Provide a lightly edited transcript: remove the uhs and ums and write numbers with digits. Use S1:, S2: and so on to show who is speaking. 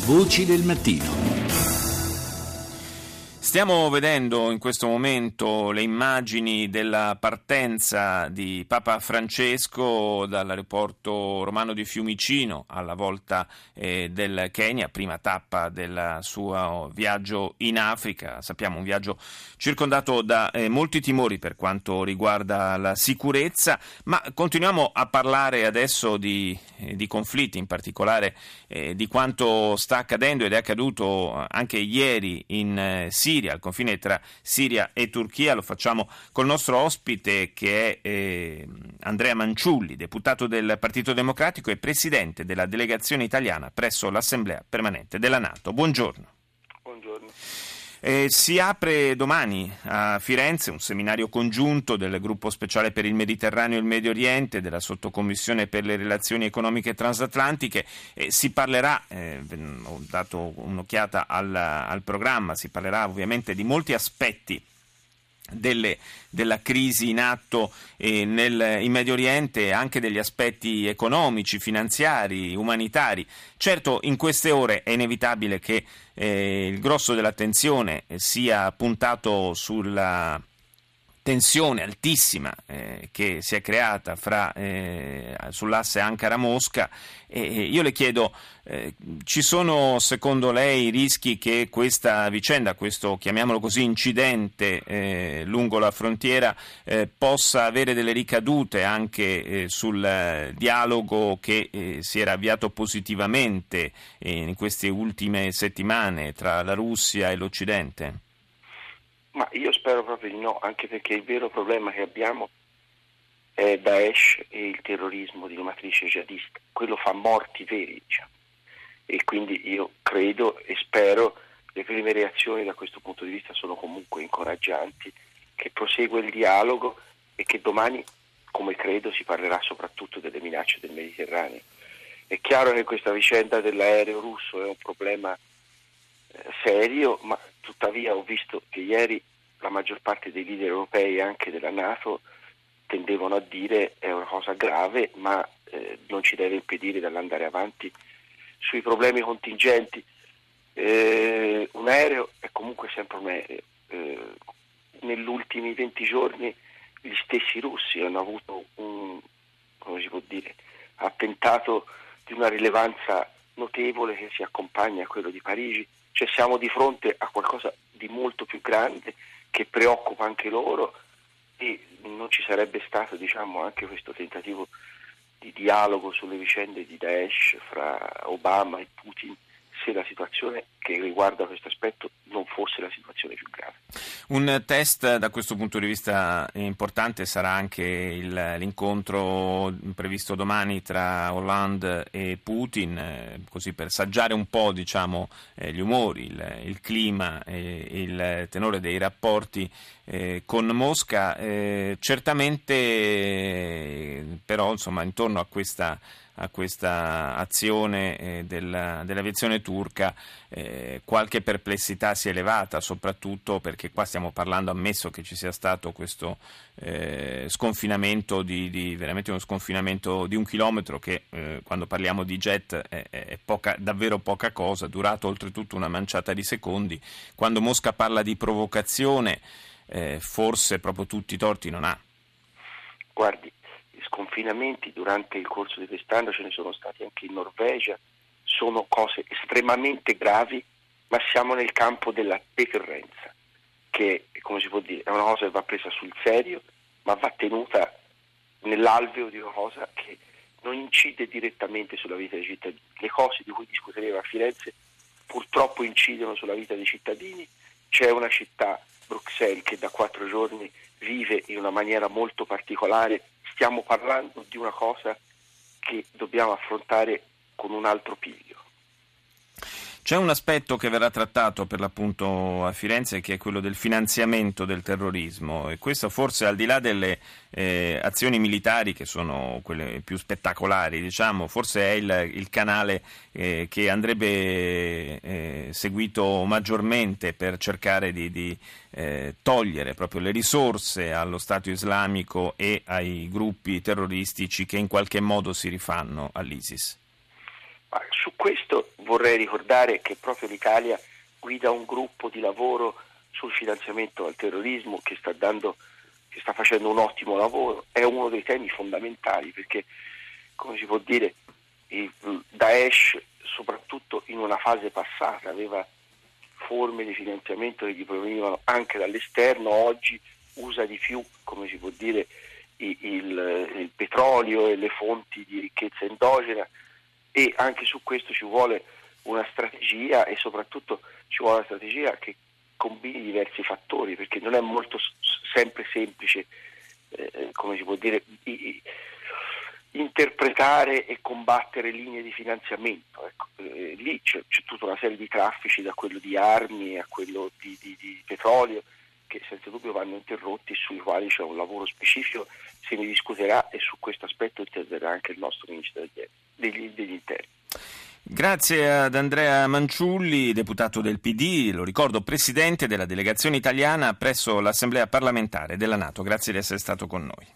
S1: Voci del mattino.
S2: Stiamo vedendo in questo momento le immagini della partenza di Papa Francesco dall'aeroporto romano di Fiumicino alla volta del Kenya, prima tappa del suo viaggio in Africa. Sappiamo un viaggio circondato da molti timori per quanto riguarda la sicurezza, ma continuiamo a parlare adesso di conflitti, in particolare di quanto sta accadendo ed è accaduto anche ieri in Siria, al confine tra Siria e Turchia. Lo facciamo col nostro ospite che è Andrea Manciulli, deputato del Partito Democratico e presidente della delegazione italiana presso l'Assemblea permanente della NATO. Buongiorno.
S3: Buongiorno.
S2: Si apre domani a Firenze un seminario congiunto del Gruppo Speciale per il Mediterraneo e il Medio Oriente, della Sottocommissione per le relazioni economiche transatlantiche. Si parlerà, ho dato un'occhiata al programma, si parlerà ovviamente di molti aspetti della crisi in atto in Medio Oriente, anche degli aspetti economici, finanziari, umanitari. Certo, in queste ore è inevitabile che il grosso dell'attenzione sia puntato sulla tensione altissima che si è creata sull'asse Ankara-Mosca. Io le chiedo, ci sono secondo lei rischi che questa vicenda, questo chiamiamolo così incidente lungo la frontiera possa avere delle ricadute anche sul dialogo che si era avviato positivamente in queste ultime settimane tra la Russia e l'Occidente?
S3: Ma io spero proprio di no, anche perché il vero problema che abbiamo è Daesh e il terrorismo di matrice jihadista. Quello fa morti veri, diciamo. E quindi io credo e spero, le prime reazioni da questo punto di vista sono comunque incoraggianti, che prosegue il dialogo e che domani, come credo, si parlerà soprattutto delle minacce del Mediterraneo. È chiaro che questa vicenda dell'aereo russo è un problema serio, ma tuttavia ho visto che ieri la maggior parte dei leader europei e anche della NATO tendevano a dire è una cosa grave, ma non ci deve impedire dall'andare avanti sui problemi contingenti. Un aereo è comunque sempre un aereo. Negli ultimi 20 giorni gli stessi russi hanno avuto un attentato di una rilevanza notevole che si accompagna a quello di Parigi. Cioè siamo di fronte a qualcosa di molto più grande che preoccupa anche loro, e non ci sarebbe stato, diciamo, anche questo tentativo di dialogo sulle vicende di Daesh fra Obama e Putin, se la situazione che riguarda questo aspetto non fosse la situazione più grave.
S2: Un test da questo punto di vista importante sarà anche l'incontro previsto domani tra Hollande e Putin, così per saggiare un po', diciamo, gli umori, il clima e il tenore dei rapporti con Mosca. Certamente però, insomma, intorno a questa azione dell'aviazione turca qualche perplessità si è elevata, soprattutto perché qua stiamo parlando, ammesso che ci sia stato questo sconfinamento veramente uno sconfinamento di 1 chilometro che quando parliamo di jet è davvero poca cosa, durato oltretutto una manciata di secondi. Quando Mosca parla di provocazione forse proprio tutti i torti non ha.
S3: Guardi, sconfinamenti durante il corso di quest'anno ce ne sono stati anche in Norvegia, sono cose estremamente gravi, ma siamo nel campo della deterrenza, che, come si può dire, è una cosa che va presa sul serio, ma va tenuta nell'alveo di una cosa che non incide direttamente sulla vita dei cittadini. Le cose di cui discuteremo a Firenze purtroppo incidono sulla vita dei cittadini. C'è una città, Bruxelles, che da 4 giorni vive in una maniera molto particolare. Stiamo parlando di una cosa che dobbiamo affrontare con un altro piglio.
S2: C'è un aspetto che verrà trattato per l'appunto a Firenze, che è quello del finanziamento del terrorismo, e questo forse, al di là delle azioni militari che sono quelle più spettacolari, diciamo, forse è il canale che andrebbe seguito maggiormente per cercare di togliere proprio le risorse allo Stato islamico e ai gruppi terroristici che in qualche modo si rifanno all'ISIS.
S3: Ma su questo vorrei ricordare che proprio l'Italia guida un gruppo di lavoro sul finanziamento al terrorismo che sta facendo un ottimo lavoro. È uno dei temi fondamentali perché, come si può dire, il Daesh, soprattutto in una fase passata, aveva forme di finanziamento che gli provenivano anche dall'esterno. Oggi usa di più, come si può dire, il petrolio e le fonti di ricchezza endogena, e anche su questo ci vuole una strategia, e soprattutto ci vuole una strategia che combini diversi fattori, perché non è molto sempre semplice, come si può dire, interpretare e combattere linee di finanziamento. Ecco, lì c'è tutta una serie di traffici, da quello di armi a quello di petrolio, che senza dubbio vanno interrotti e sui quali c'è un lavoro specifico, se ne discuterà, e su questo aspetto interverrà anche il nostro Ministro degli Interni.
S2: Grazie ad Andrea Manciulli, deputato del PD, lo ricordo, presidente della delegazione italiana presso l'Assemblea parlamentare della NATO. Grazie di essere stato con noi.